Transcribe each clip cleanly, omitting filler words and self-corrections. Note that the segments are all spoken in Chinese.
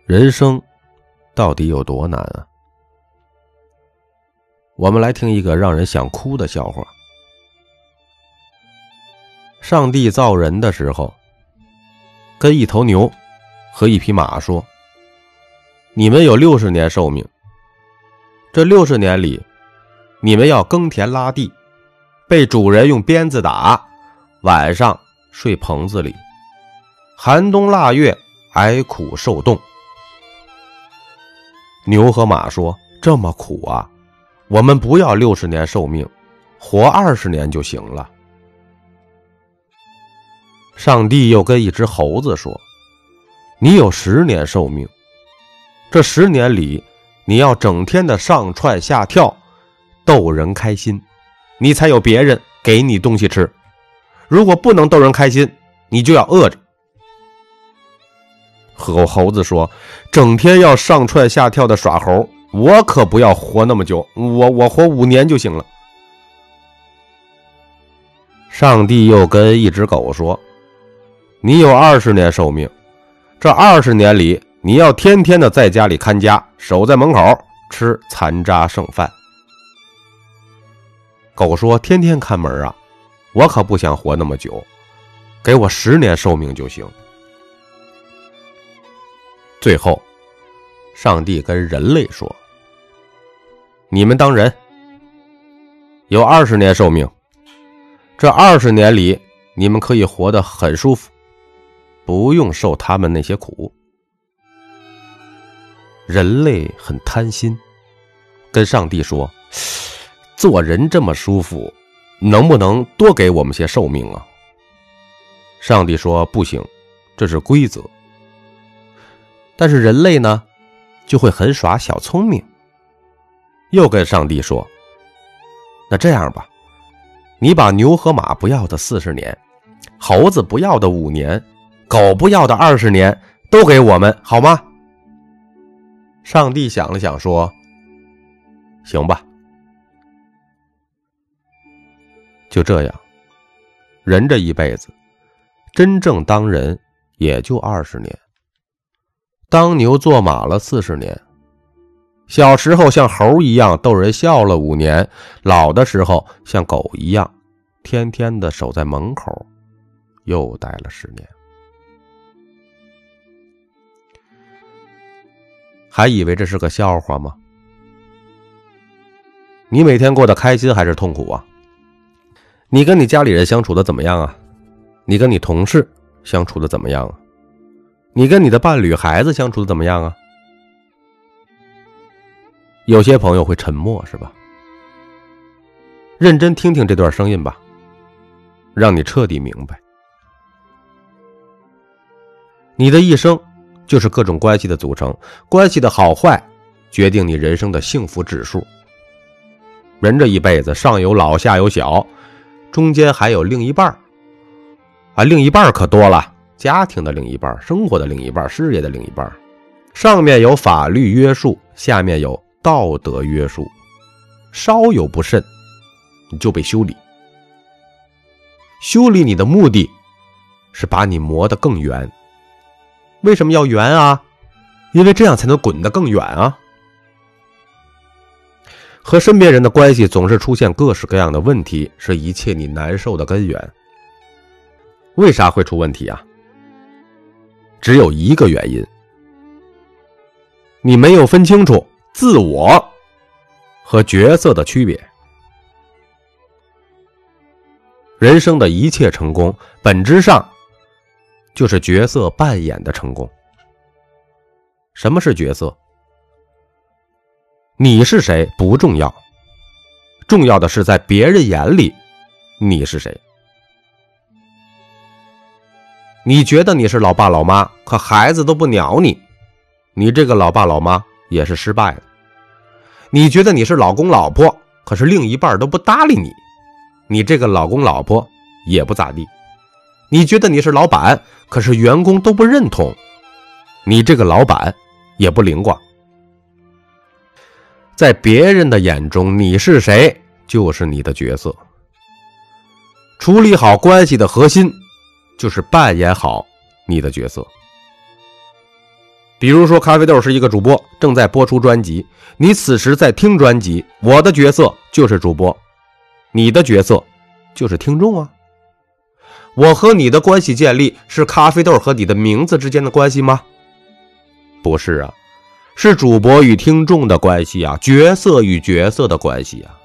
人生到底有多难啊？我们来听一个让人想哭的笑话。上帝造人的时候，跟一头牛和一匹马说，你们有60年寿命，这60年里，你们要耕田拉地，被主人用鞭子打，晚上睡棚子里，寒冬腊月挨苦受冻。牛和马说，这么苦啊，我们不要60年寿命，活20年就行了。上帝又跟一只猴子说，你有10年寿命，这10年里，你要整天的上蹿下跳，逗人开心，你才有别人给你东西吃。如果不能逗人开心，你就要饿着。猴子说，整天要上蹿下跳的耍猴，我可不要活那么久，我活5年就行了。上帝又跟一只狗说，你有20年寿命，这20年里，你要天天的在家里看家，守在门口吃残渣剩饭。狗说，天天看门啊，我可不想活那么久，给我10年寿命就行。最后，上帝跟人类说，你们当人，有20年寿命，这20年里，你们可以活得很舒服，不用受他们那些苦。人类很贪心，跟上帝说，做人这么舒服，能不能多给我们些寿命啊？上帝说，不行，这是规则。但是人类呢，就会很耍小聪明，又跟上帝说，那这样吧，你把牛和马不要的40年，猴子不要的5年，狗不要的20年，都给我们，好吗？上帝想了想说，行吧。就这样，人这一辈子，真正当人也就20年。当牛做马了40年，小时候像猴一样逗人笑了5年，老的时候像狗一样，天天的守在门口，又待了10年。还以为这是个笑话吗？你每天过得开心还是痛苦啊？你跟你家里人相处的怎么样啊？你跟你同事相处的怎么样啊？你跟你的伴侣、孩子相处的怎么样啊？有些朋友会沉默，是吧？认真听听这段声音吧，让你彻底明白。你的一生就是各种关系的组成，关系的好坏决定你人生的幸福指数。人这一辈子，上有老下有小，中间还有另一半啊，另一半可多了，家庭的另一半，生活的另一半，事业的另一半。上面有法律约束，下面有道德约束，稍有不慎你就被修理。修理你的目的是把你磨得更圆。为什么要圆啊？因为这样才能滚得更远啊。和身边人的关系总是出现各式各样的问题，是一切你难受的根源。为啥会出问题啊？只有一个原因，你没有分清楚自我和角色的区别。人生的一切成功，本质上就是角色扮演的成功。什么是角色？你是谁不重要，重要的是在别人眼里你是谁。你觉得你是老爸老妈，可孩子都不鸟你，你这个老爸老妈也是失败的。你觉得你是老公老婆，可是另一半都不搭理你，你这个老公老婆也不咋地。你觉得你是老板，可是员工都不认同，你这个老板也不灵光。在别人的眼中，你是谁就是你的角色。处理好关系的核心就是扮演好你的角色。 比如说咖啡豆是一个主播，正在播出专辑，你此时在听专辑，我的角色就是主播，你的角色就是听众啊。我和你的关系建立是咖啡豆和你的名字之间的关系吗？不是啊，是主播与听众的关系啊，角色与角色的关系啊。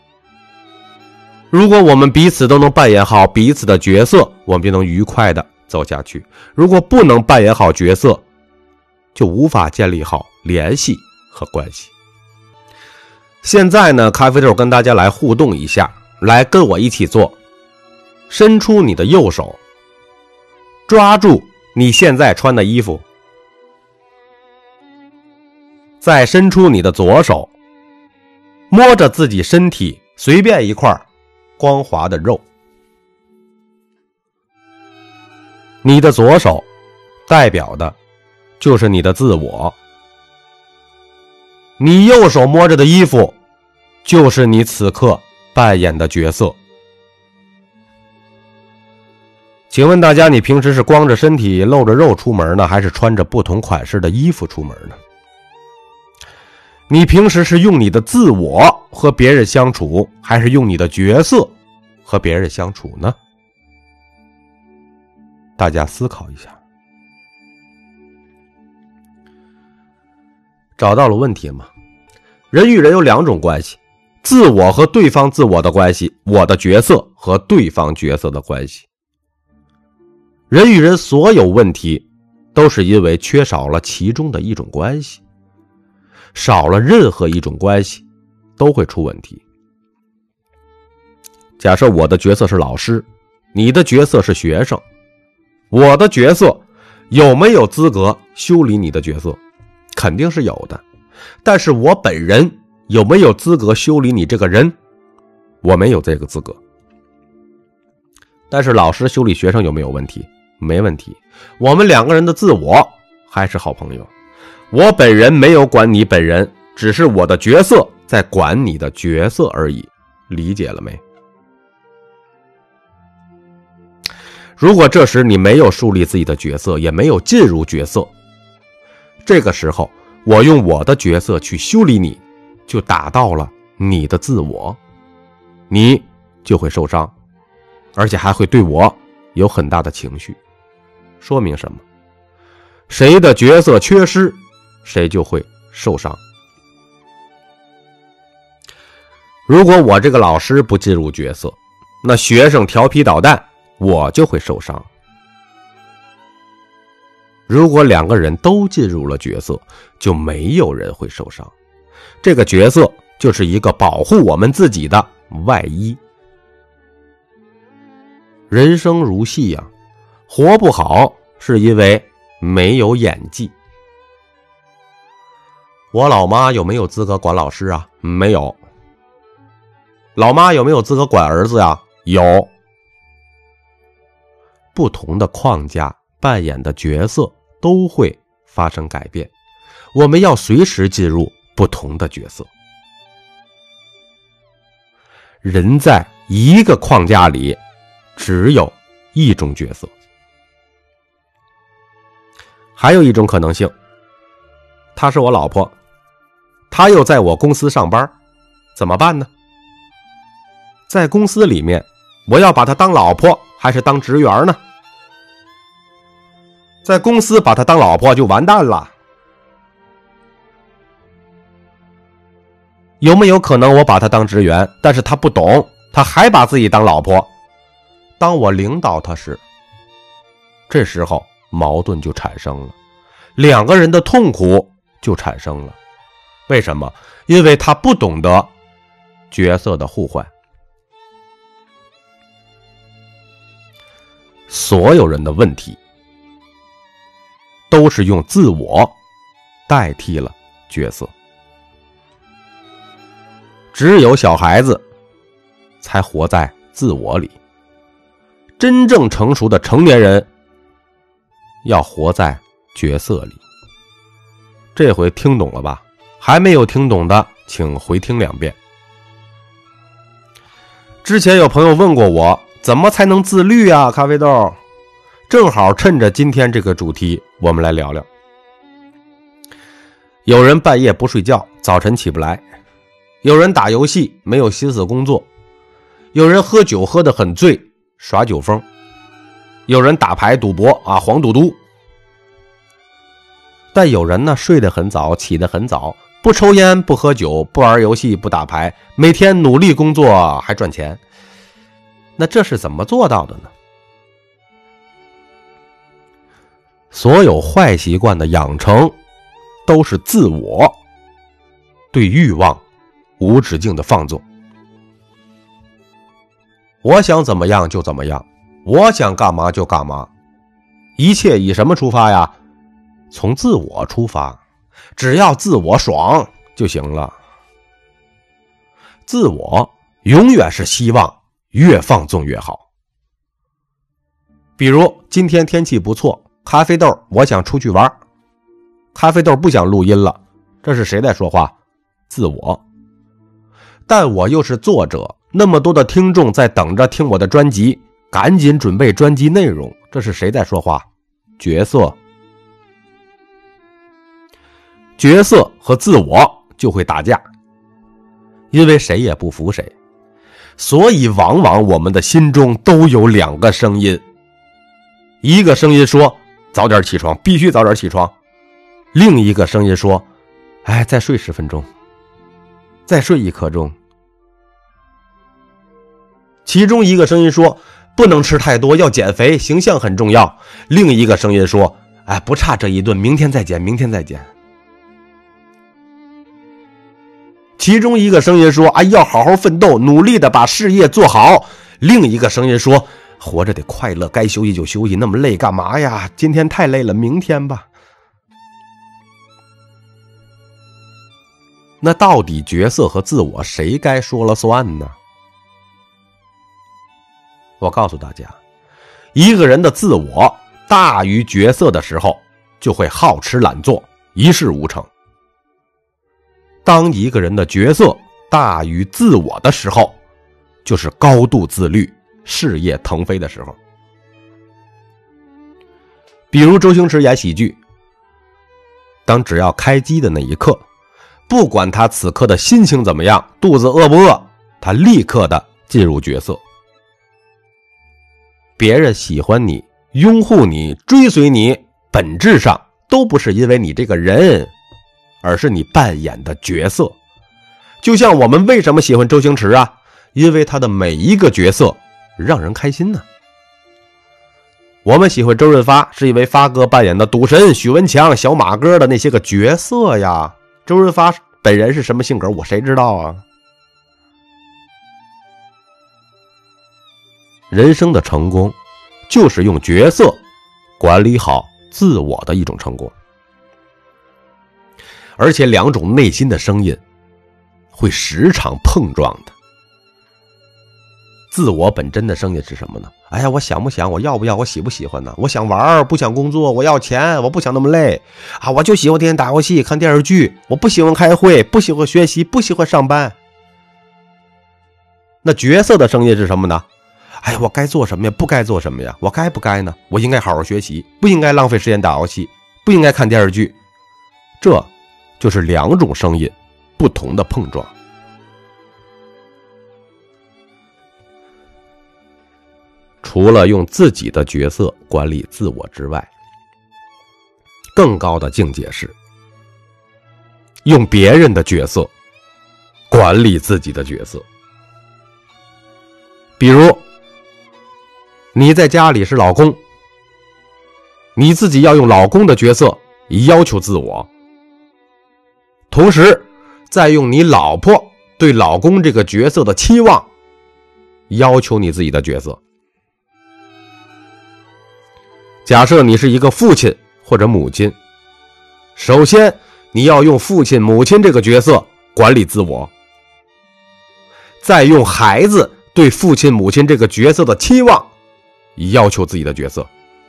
如果我们彼此都能扮演好彼此的角色，我们就能愉快的走下去。如果不能扮演好角色，就无法建立好联系和关系。现在呢，咖啡豆跟大家来互动一下，来跟我一起做。伸出你的右手，抓住你现在穿的衣服，再伸出你的左手，摸着自己身体随便一块光滑的肉。你的左手代表的就是你的自我，你右手摸着的衣服就是你此刻扮演的角色。请问大家，你平时是光着身体露着肉出门呢，还是穿着不同款式的衣服出门呢？你平时是用你的自我和别人相处，还是用你的角色和别人相处呢？大家思考一下。找到了问题吗？人与人有两种关系，自我和对方自我的关系，我的角色和对方角色的关系。人与人所有问题都是因为缺少了其中的一种关系，少了任何一种关系都会出问题。假设我的角色是老师，你的角色是学生，我的角色有没有资格修理你的角色？肯定是有的，但是我本人有没有资格修理你这个人？我没有这个资格。但是老师修理学生有没有问题？没问题。我们两个人的自我还是好朋友，我本人没有管你本人，只是我的角色在管你的角色而已，理解了没？如果这时你没有树立自己的角色，也没有进入角色，这个时候我用我的角色去修理你，就打到了你的自我，你就会受伤，而且还会对我有很大的情绪。说明什么？谁的角色缺失，谁就会受伤。如果我这个老师不进入角色，那学生调皮捣蛋，我就会受伤。如果两个人都进入了角色，就没有人会受伤。这个角色就是一个保护我们自己的外衣。人生如戏呀，活不好是因为没有演技。我老妈有没有资格管老师啊？没有。老妈有没有资格管儿子呀？有。不同的框架扮演的角色都会发生改变，我们要随时进入不同的角色。人在一个框架里只有一种角色。还有一种可能性，她是我老婆，她又在我公司上班，怎么办呢？在公司里面，我要把她当老婆还是当职员呢？在公司把她当老婆就完蛋了。有没有可能我把她当职员，但是她不懂，她还把自己当老婆？当我领导她时，这时候矛盾就产生了，两个人的痛苦就产生了。为什么？因为她不懂得角色的互换。所有人的问题都是用自我代替了角色。只有小孩子才活在自我里，真正成熟的成年人要活在角色里。这回听懂了吧？还没有听懂的请回听2遍。之前有朋友问过我，怎么才能自律啊？咖啡豆，正好趁着今天这个主题，我们来聊聊。 有人半夜不睡觉，早晨起不来；有人打游戏，没有心思工作；有人喝酒喝得很醉，耍酒疯；有人打牌赌博黄赌毒。但有人呢，睡得很早，起得很早，不抽烟，不喝酒，不玩游戏，不打牌，每天努力工作还赚钱。那这是怎么做到的呢？所有坏习惯的养成都是自我对欲望无止境的放纵。我想怎么样就怎么样，我想干嘛就干嘛，一切以什么出发呀？从自我出发，只要自我爽就行了。自我永远是希望越放纵越好。比如今天天气不错，咖啡豆我想出去玩，咖啡豆不想录音了，这是谁在说话？自我。但我又是作者，那么多的听众在等着听我的专辑，赶紧准备专辑内容，这是谁在说话？角色。角色和自我就会打架，因为谁也不服谁，所以往往我们的心中都有两个声音，一个声音说早点起床，必须早点起床，另一个声音说再睡10分钟，再睡1刻钟。其中一个声音说不能吃太多，要减肥，形象很重要，另一个声音说不差这一顿，明天再减，明天再减。其中一个声音说要好好奋斗，努力的把事业做好，另一个声音说活着得快乐，该休息就休息，那么累干嘛呀？今天太累了，明天吧。那到底角色和自我谁该说了算呢？我告诉大家，一个人的自我大于角色的时候，就会好吃懒做，一事无成。当一个人的角色大于自我的时候，就是高度自律，事业腾飞的时候。比如周星驰演喜剧，当只要开机的那一刻，不管他此刻的心情怎么样，肚子饿不饿，他立刻的进入角色。别人喜欢你，拥护你，追随你，本质上都不是因为你这个人，而是你扮演的角色。就像我们为什么喜欢周星驰啊？因为他的每一个角色让人开心呢。我们喜欢周润发，是因为发哥扮演的赌神、许文强、小马哥的那些个角色呀。周润发本人是什么性格，我谁知道啊？人生的成功，就是用角色管理好自我的一种成功。而且两种内心的声音会时常碰撞的。自我本真的声音是什么呢？我想不想，我要不要，我喜不喜欢呢？我想玩，不想工作，我要钱，我不想那么累我就喜欢天天打游戏，看电视剧，我不喜欢开会，不喜欢学习，不喜欢上班。那角色的声音是什么呢？我该做什么呀？不该做什么呀？我该不该呢？我应该好好学习，不应该浪费时间打游戏，不应该看电视剧。这就是两种声音不同的碰撞。除了用自己的角色管理自我之外，更高的境界是用别人的角色管理自己的角色。比如你在家里是老公，你自己要用老公的角色要求自我，同时再用你老婆对老公这个角色的期望要求你自己的角色。假设你是一个父亲或者母亲，首先你要用父亲母亲这个角色管理自我，再用孩子对父亲母亲这个角色的期望要求自己的角色。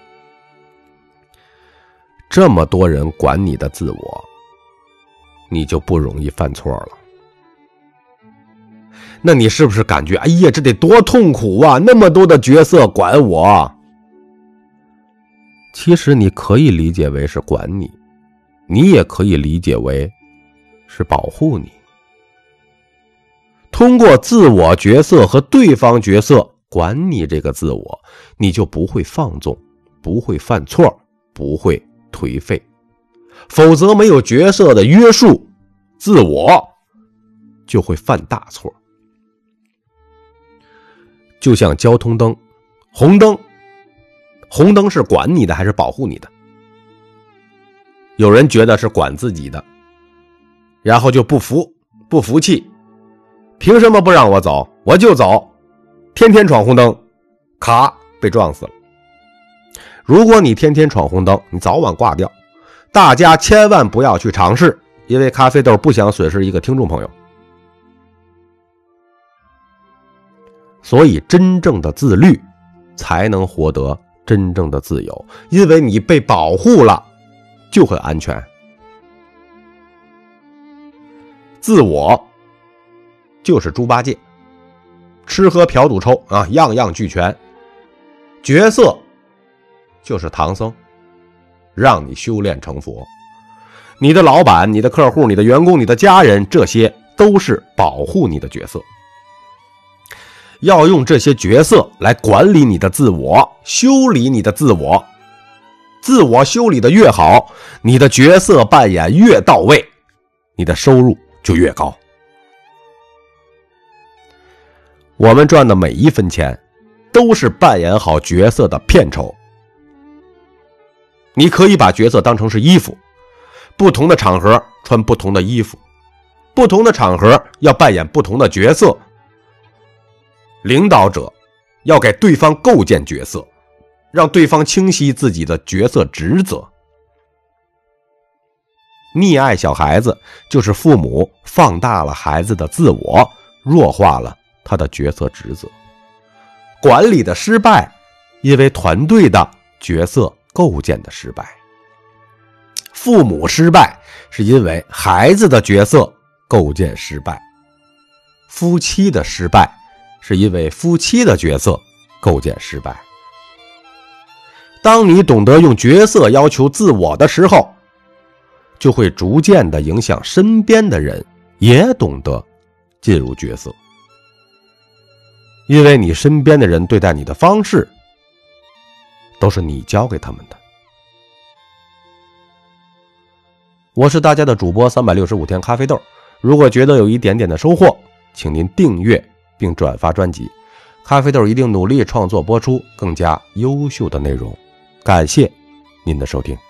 这么多人管你的自我，你就不容易犯错了。那你是不是感觉这得多痛苦啊，那么多的角色管我？其实你可以理解为是管你， 你也可以理解为是保护你。通过自我角色和对方角色管你这个自我，你就不会放纵，不会犯错，不会颓废。否则没有角色的约束，自我就会犯大错。就像交通灯，红灯是管你的还是保护你的？有人觉得是管自己的，然后就不服气，凭什么不让我走？我就走，天天闯红灯，咔，被撞死了。如果你天天闯红灯，你早晚挂掉。大家千万不要去尝试，因为咖啡豆不想损失一个听众朋友。所以真正的自律才能获得真正的自由，因为你被保护了就很安全。自我就是猪八戒，吃喝嫖赌抽啊，样样俱全。角色就是唐僧，让你修炼成佛。你的老板、你的客户、你的员工、你的家人，这些都是保护你的角色。要用这些角色来管理你的自我，修理你的自我。自我修理的越好，你的角色扮演越到位，你的收入就越高。我们赚的每一分钱都是扮演好角色的片酬。你可以把角色当成是衣服，不同的场合穿不同的衣服，不同的场合要扮演不同的角色。领导者要给对方构建角色，让对方清晰自己的角色职责。溺爱小孩子，就是父母放大了孩子的自我，弱化了他的角色职责。管理的失败，因为团队的角色构建的失败。父母失败，是因为孩子的角色构建失败。夫妻的失败，是因为夫妻的角色构建失败。当你懂得用角色要求自我的时候，就会逐渐的影响身边的人也懂得进入角色。因为你身边的人对待你的方式，都是你教给他们的。我是大家的主播365天咖啡豆，如果觉得有一点点的收获，请您订阅并转发专辑，咖啡豆一定努力创作播出更加优秀的内容。感谢您的收听。